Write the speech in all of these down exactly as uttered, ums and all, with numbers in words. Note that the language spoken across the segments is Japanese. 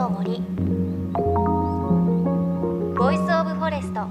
の森ボイスオブフォレスト。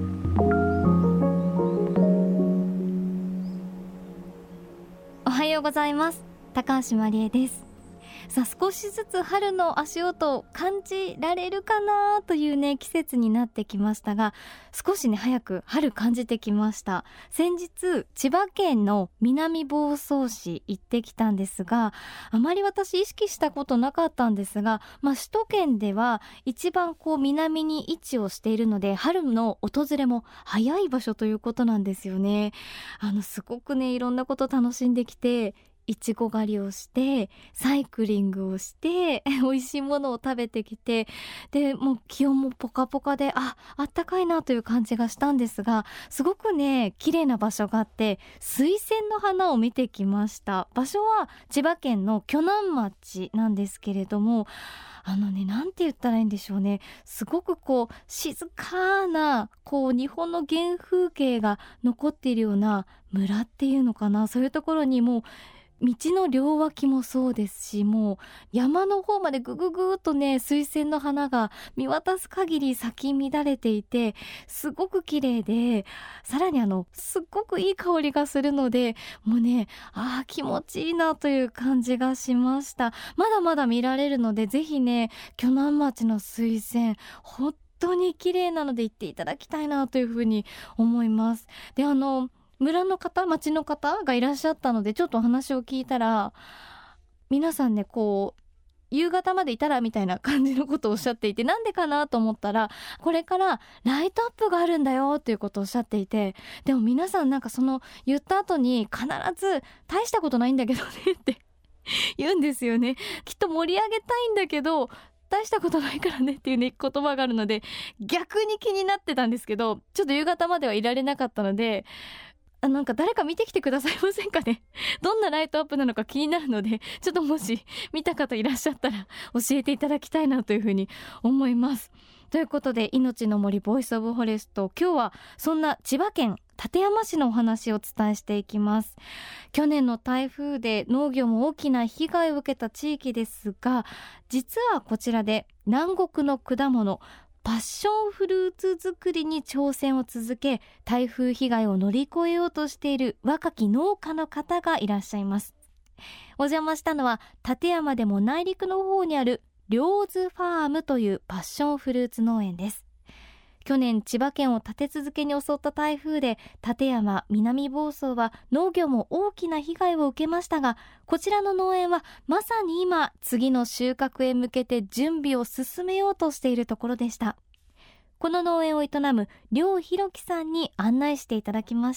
おはようございます。高橋真理恵です。さあ、少しずつ春の足音を感じられるかなというね季節になってきましたが、少しね早く春感じてきました。先日千葉県の南房総市行ってきたんですが、あまり私意識したことなかったんですが、まあ、首都圏では一番こう南に位置をしているので春の訪れも早い場所ということなんですよね。あのすごくねいろんなこと楽しんできて、いちご狩りをしてサイクリングをして美味しいものを食べてきて、でもう気温もポカポカでああったかいなという感じがしたんですが、すごくね綺麗な場所があって水仙の花を見てきました。場所は千葉県の鋸南町なんですけれども、あのねなんて言ったらいいんでしょうね、すごくこう静かなこう日本の原風景が残っているような村っていうのかな、そういうところにもう道の両脇もそうですし、もう山の方までぐぐぐーっとね水仙の花が見渡す限り咲き乱れていて、すごく綺麗で、さらにあのすっごくいい香りがするので、もうねあー気持ちいいなという感じがしました。まだまだ見られるので、ぜひね鋸南町の水仙本当に綺麗なので行っていただきたいなというふうに思います。で、あの村の方、町の方がいらっしゃったのでちょっとお話を聞いたら、皆さんねこう夕方までいたらみたいな感じのことをおっしゃっていて、なんでかなと思ったら、これからライトアップがあるんだよっていうことをおっしゃっていて、でも皆さんなんかその言った後に必ず大したことないんだけどねって言うんですよね。きっと盛り上げたいんだけど大したことないからねっていうね言葉があるので、逆に気になってたんですけど、ちょっと夕方まではいられなかったので、あなんか誰か見てきてくださいませんかね。どんなライトアップなのか気になるので、ちょっともし見た方いらっしゃったら教えていただきたいなというふうに思います。ということで、命の森ボイスオブフォレスト、今日はそんな千葉県館山市のお話をお伝えしていきます。去年の台風で農業も大きな被害を受けた地域ですが、実はこちらで南国の果物パッションフルーツ作りに挑戦を続け、台風被害を乗り越えようとしている若き農家の方がいらっしゃいます。お邪魔したのは館山でも内陸の方にある両津ファームというパッションフルーツ農園です。去年千葉県を立て続けに襲った台風で館山、南房総は農業も大きな被害を受けましたが、こちらの農園はまさに今次の収穫へ向けて準備を進めようとしているところでした。この農園を営む両弘樹さんに案内していただきました。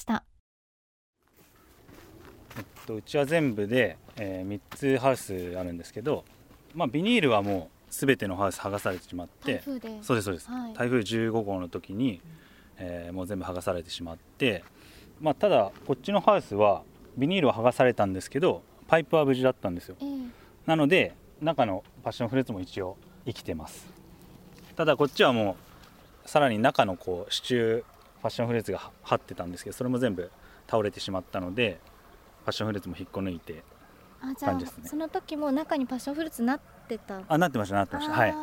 えっと、うちは全部で、えー、みっつハウスあるんですけど、まあ、ビニールはもう全てのハウス剥がされてしまって、 台風でそうですそうです、はい、台風じゅうごごうの時に、えー、もう全部剥がされてしまって、まあ、ただこっちのハウスはビニールは剥がされたんですけどパイプは無事だったんですよ、えー、なので中のパッションフルーツも一応生きてます。ただこっちはもうさらに中のこう支柱パッションフルーツが張ってたんですけど、それも全部倒れてしまったのでパッションフルーツも引っこ抜いて感じですね。 あ、じゃあその時も中にパッションフルーツなってた？ あ、なってましたなってました。はい。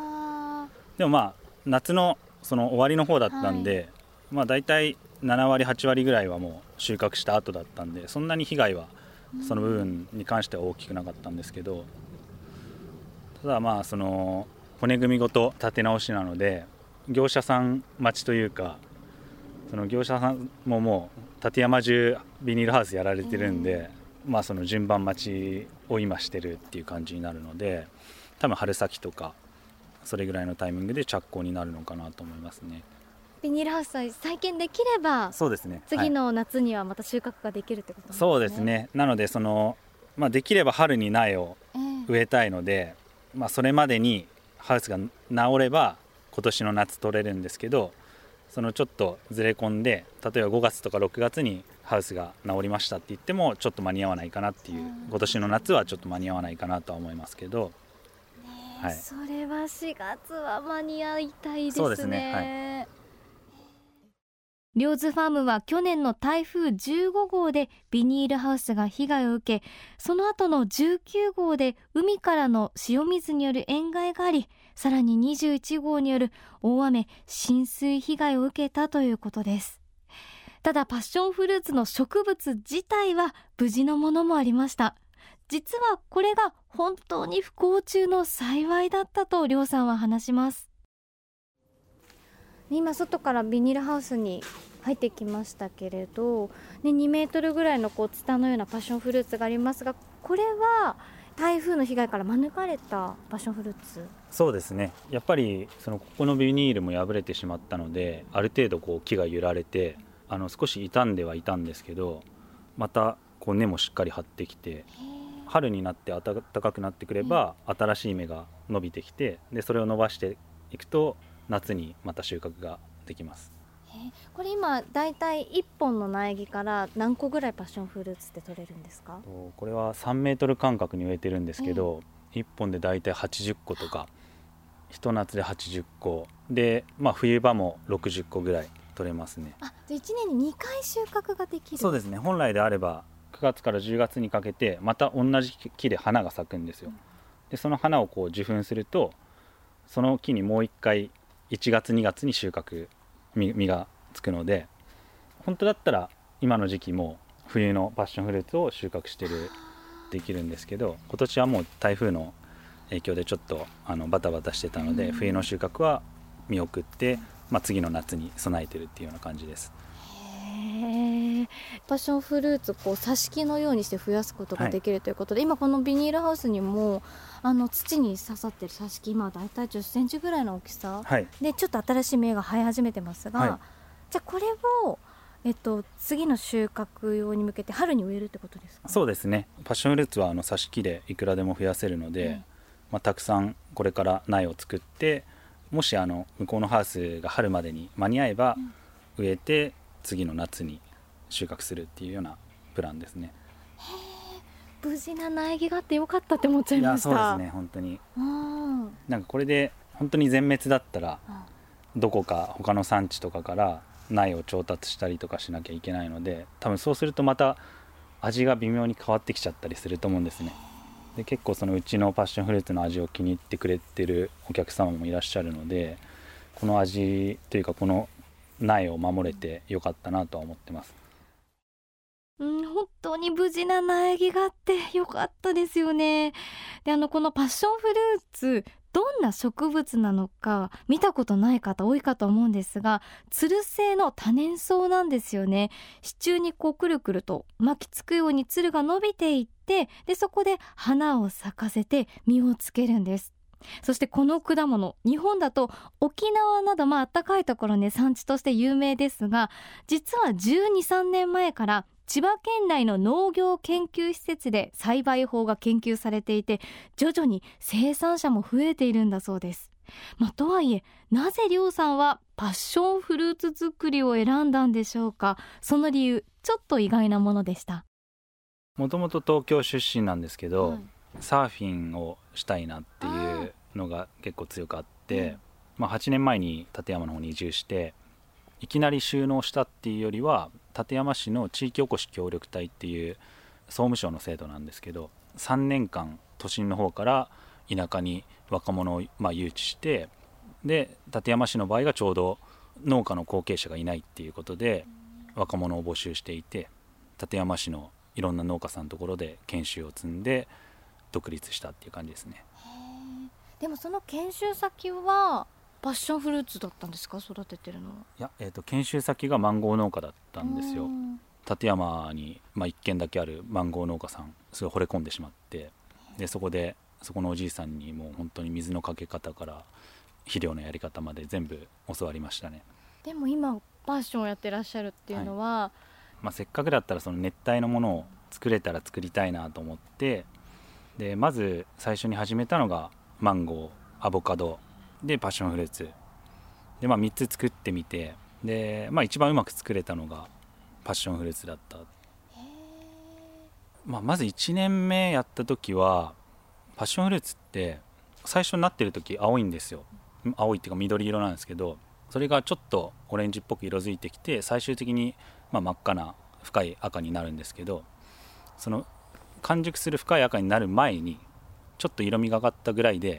でもまあ夏のその終わりの方だったんで、はい、まあだいたいななわりはちわりぐらいはもう収穫した後だったんで、そんなに被害はその部分に関しては大きくなかったんですけど、ただまあその骨組みごと建て直しなので業者さん待ちというか、その業者さんももう館山中ビニールハウスやられてるんで、うん、まあその順番待ちを今してるっていう感じになるので、多分春先とかそれぐらいのタイミングで着工になるのかなと思いますね。 ビニールハウスは再建できれば、 そうですね、 次の夏にはまた収穫ができるってことですね。 そうですね。なのでその、まあ、できれば春に苗を植えたいので、えーまあ、それまでにハウスが治れば今年の夏取れるんですけど、そのちょっとずれ込んで、例えばごがつとかろくがつにハウスが治りましたって言ってもちょっと間に合わないかなっていう、今年の夏はちょっと間に合わないかなとは思いますけど、 はい、それはしがつは間に合いたいですね。 そうですね、はい。 両津ファームは去年の台風じゅうごごうでビニールハウスが被害を受け、その後のじゅうきゅうごうで海からの塩水による塩害があり、 さらににじゅういちごうによる大雨浸水被害を受けたということです。ただパッションフルーツの植物自体は無事のものもありました。実はこれが本当に不幸中の幸いだったとりょうさんは話します。今外からビニールハウスに入ってきましたけれど、ね、にメートルぐらいのこうツタのようなパッションフルーツがありますが、これは台風の被害から免れたパッションフルーツ。 そうですね、やっぱりそのここのビニールも破れてしまったので、ある程度こう木が揺られてあの少し傷んではいたんですけど、またこう根もしっかり張ってきて、春になって暖かくなってくれば新しい芽が伸びてきて、でそれを伸ばしていくと夏にまた収穫ができます。 これ今だいたいいっぽんの苗木から何個ぐらいパッションフルーツって取れるんですか？ これはさんメートル間隔に植えてるんですけど、いっぽんでだいたいはちじゅっことか、一夏ではちじゅっこで、まあ、冬場もろくじゅっこぐらい取れますね。 あ、じゃあいちねんににかい収穫ができる。 そうですね、本来であればくがつからじゅうがつにかけてまた同じ木で花が咲くんですよ。でその花をこう受粉すると、その木にもういっかいいちがつにがつに収穫 実, 実がつくので、本当だったら今の時期も冬のパッションフルーツを収穫してるできるんですけど、今年はもう台風の影響でちょっとあのバタバタしてたので、冬の収穫は見送って、まあ、次の夏に備えてるっていうような感じです。 へー、パッションフルーツこう挿し木のようにして増やすことができるということで、はい、今このビニールハウスにもあの土に刺さってる挿し木、今だいたいじゅっセンチぐらいの大きさ、はい、でちょっと新しい芽が生え始めてますが、はい、じゃあこれを、えっと、次の収穫用に向けて春に植えるってことですか？ そうですね、パッションフルーツはあの挿し木でいくらでも増やせるので、うん、まあ、たくさんこれから苗を作って、もしあの向こうのハウスが春までに間に合えば植えて、次の夏に収穫するっていうようなプランですね。 へー、無事な苗木があってよかったって思っちゃいました。 いや、そうですね、本当に。なんかこれで本当に全滅だったら、どこか他の産地とかから苗を調達したりとかしなきゃいけないので、多分そうするとまた味が微妙に変わってきちゃったりすると思うんですね。で結構そのうちのパッションフルーツの味を気に入ってくれてるお客様もいらっしゃるので、この味というかこの苗を守れてよかったなとは思ってます。 うん、本当に無事な苗木があってよかったですよね。であのこのパッションフルーツ、どんな植物なのか見たことない方多いかと思うんですが、つる性の多年草なんですよね。支柱にこうくるくると巻きつくようにつるが伸びていって、でそこで花を咲かせて実をつけるんです。そしてこの果物、日本だと沖縄などまあ暖かいところね産地として有名ですが、実はじゅうに、さんねんまえから千葉県内の農業研究施設で栽培法が研究されていて、徐々に生産者も増えているんだそうです。まあ、とはいえなぜりょうさんはパッションフルーツ作りを選んだんでしょうか。その理由ちょっと意外なものでした。 もともと東京出身なんですけど、はい、サーフィンをしたいなっていうのが結構強くあって、うん、まあ、はちねんまえに館山の方に移住して、いきなり就農したっていうよりは館山市の地域おこし協力隊っていう総務省の制度なんですけど、さんねんかん都心の方から田舎に若者をまあ誘致して、で館山市の場合がちょうど農家の後継者がいないっていうことで若者を募集していて、館山市のいろんな農家さんのところで研修を積んで独立したっていう感じですね。 へー、でもその研修先はパッションフルーツだったんですか？育ててるのは。 いや、えーと、研修先がマンゴー農家だったんですよ。館山に、まあ、いっけんだけあるマンゴー農家さん、すごい惚れ込んでしまって、でそこでそこのおじいさんにもう本当に水のかけ方から肥料のやり方まで全部教わりましたね。 でも今パッションをやってらっしゃるっていうのは、はい、 まあ、せっかくだったらその熱帯のものを作れたら作りたいなと思って、でまず最初に始めたのがマンゴー、アボカドでパッションフルーツで、まあ、みっつ作ってみて、で、まあ、一番うまく作れたのがパッションフルーツだった。まあ、まずいちねんめやった時はパッションフルーツって最初になってる時青いんですよ。青いっていうか緑色なんですけど、それがちょっとオレンジっぽく色づいてきて、最終的にまあ真っ赤な深い赤になるんですけど、その完熟する深い赤になる前にちょっと色味がかったぐらいで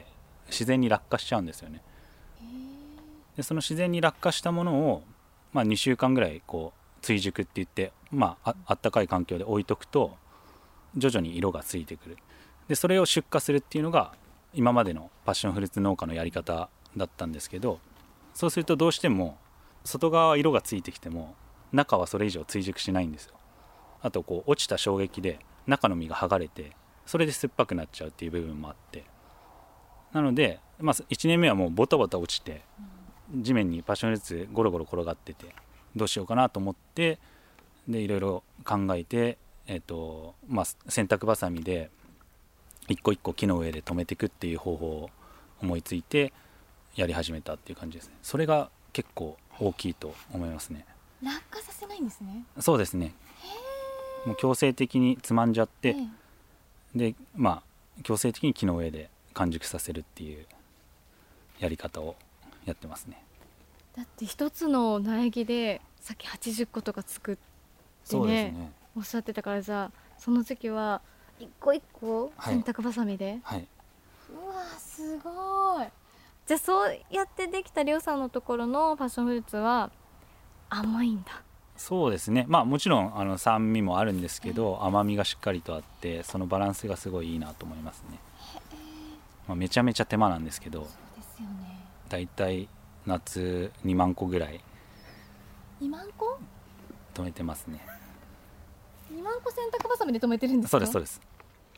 自然に落下しちゃうんですよね。でその自然に落下したものを、まあ、にしゅうかんぐらいこう追熟って言って、まあ、あ, あったかい環境で置いとくと徐々に色がついてくる。でそれを出荷するっていうのが今までのパッションフルーツ農家のやり方だったんですけど、そうするとどうしても外側は色がついてきても中はそれ以上追熟しないんですよ。あとこう落ちた衝撃で中の実が剥がれてそれで酸っぱくなっちゃうっていう部分もあって、なので、まあ、いちねんめはもうボタボタ落ちて地面にパッションフルーツゴロゴロ転がっててどうしようかなと思って、でいろいろ考えて、えーとまあ、洗濯ばさみで一個一個木の上で留めていくっていう方法を思いついてやり始めたっていう感じですね。それが結構大きいと思いますね。 落下させないんですね。 そうですね。もう強制的につまんじゃって、でまあ強制的に木の上で完熟させるっていうやり方をやってますね。 だって一つの苗木でさっきはちじゅっことか作ってね、 そうですね、 おっしゃってたから、じゃあその時は一個一個洗濯ばさみで、 はいはい、 うわすごい。じゃあそうやってできたりょうさんのところのパッションフルーツは甘いんだ。 そうですね、まあもちろんあの酸味もあるんですけど、甘みがしっかりとあってそのバランスがすごいいいなと思いますね。まあ、めちゃめちゃ手間なんですけど、 そうですよね、 だいたい夏にまんこぐらいにまんこ止めてますね。 にまんこ洗濯ばさみで止めてるんですか？ そうですそうです。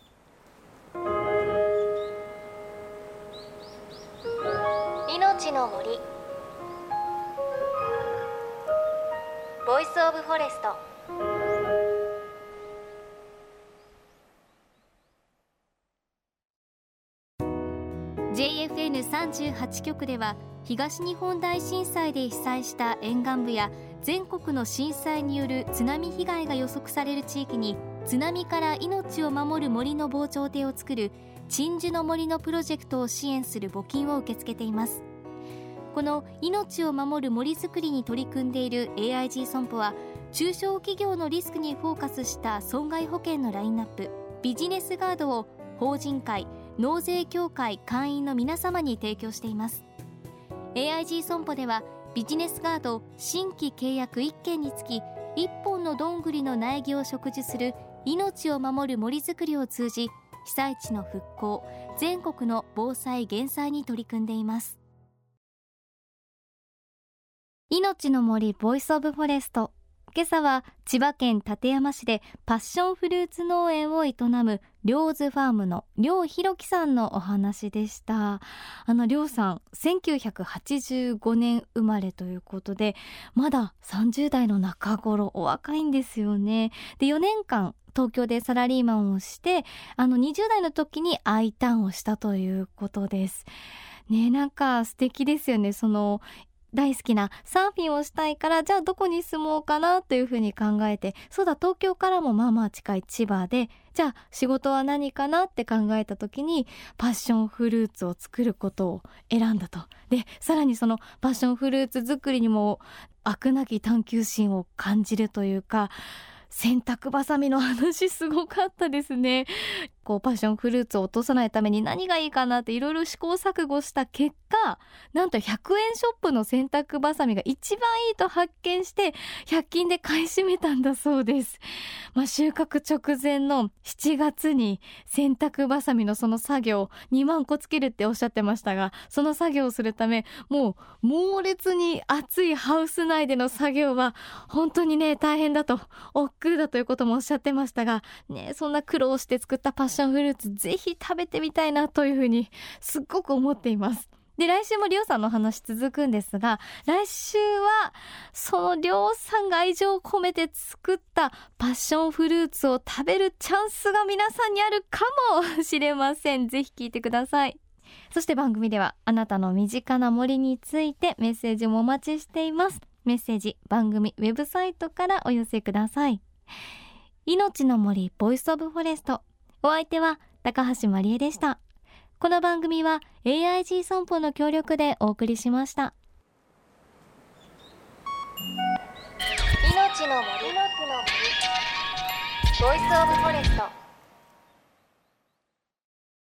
命の森ボイスオブフォレスト。ジェイエフエヌさんじゅうはち 局では東日本大震災で被災した沿岸部や全国の震災による津波被害が予測される地域に津波から命を守る森の防潮堤を作る鎮守の森のプロジェクトを支援する募金を受け付けています。この命を守る森づくりに取り組んでいる エーアイジー 損保は中小企業のリスクにフォーカスした損害保険のラインナップビジネスガードを法人会納税協会会員の皆様に提供しています。 エーアイジー 損保ではビジネスガード新規契約いっけんにつきいっぽんのどんぐりの苗木を植樹する命を守る森づくりを通じ被災地の復興、全国の防災減災に取り組んでいます。命の森ボイスオブフォレスト。今朝は千葉県館山市でパッションフルーツ農園を営む良津ファームの良弘樹さんのお話でした。あの良さんせんきゅうひゃくはちじゅうごねん生まれということでまださんじゅうだいの中頃、お若いんですよね。でよねんかん東京でサラリーマンをしてあのにじゅうだいの時に I ターンをしたということですね。なんか素敵ですよね。その大好きなサーフィンをしたいからじゃあどこに住もうかなというふうに考えて、そうだ東京からもまあまあ近い千葉でじゃあ仕事は何かなって考えた時にパッションフルーツを作ることを選んだと。でさらにそのパッションフルーツ作りにも飽くなき探求心を感じるというか、洗濯ばさみの話すごかったですね。こうパッションフルーツを落とさないために何がいいかなっていろいろ試行錯誤した結果、なんとひゃくえんショップの洗濯ばさみが一番いいと発見してひゃく均で買い占めたんだそうです。まあ、収穫直前のしちがつに洗濯ばさみのその作業にまんこつけるっておっしゃってましたが、その作業をするためもう猛烈に暑いハウス内での作業は本当にね大変だと億劫だということもおっしゃってましたが、ね、そんな苦労して作ったパッションフルーツぜひ食べてみたいなというふうにすっごく思っています。で来週もりょうさんの話続くんですが、来週はそのりょうさんが愛情を込めて作ったパッションフルーツを食べるチャンスが皆さんにあるかもしれません。ぜひ聞いてください。そして番組ではあなたの身近な森についてメッセージもお待ちしています。メッセージ番組ウェブサイトからお寄せください。命の森ボイスオブフォレスト、お相手は高橋まりえでした。この番組は エーアイジー 損保の協力でお送りしました。命の森ボイスオブフォレスト。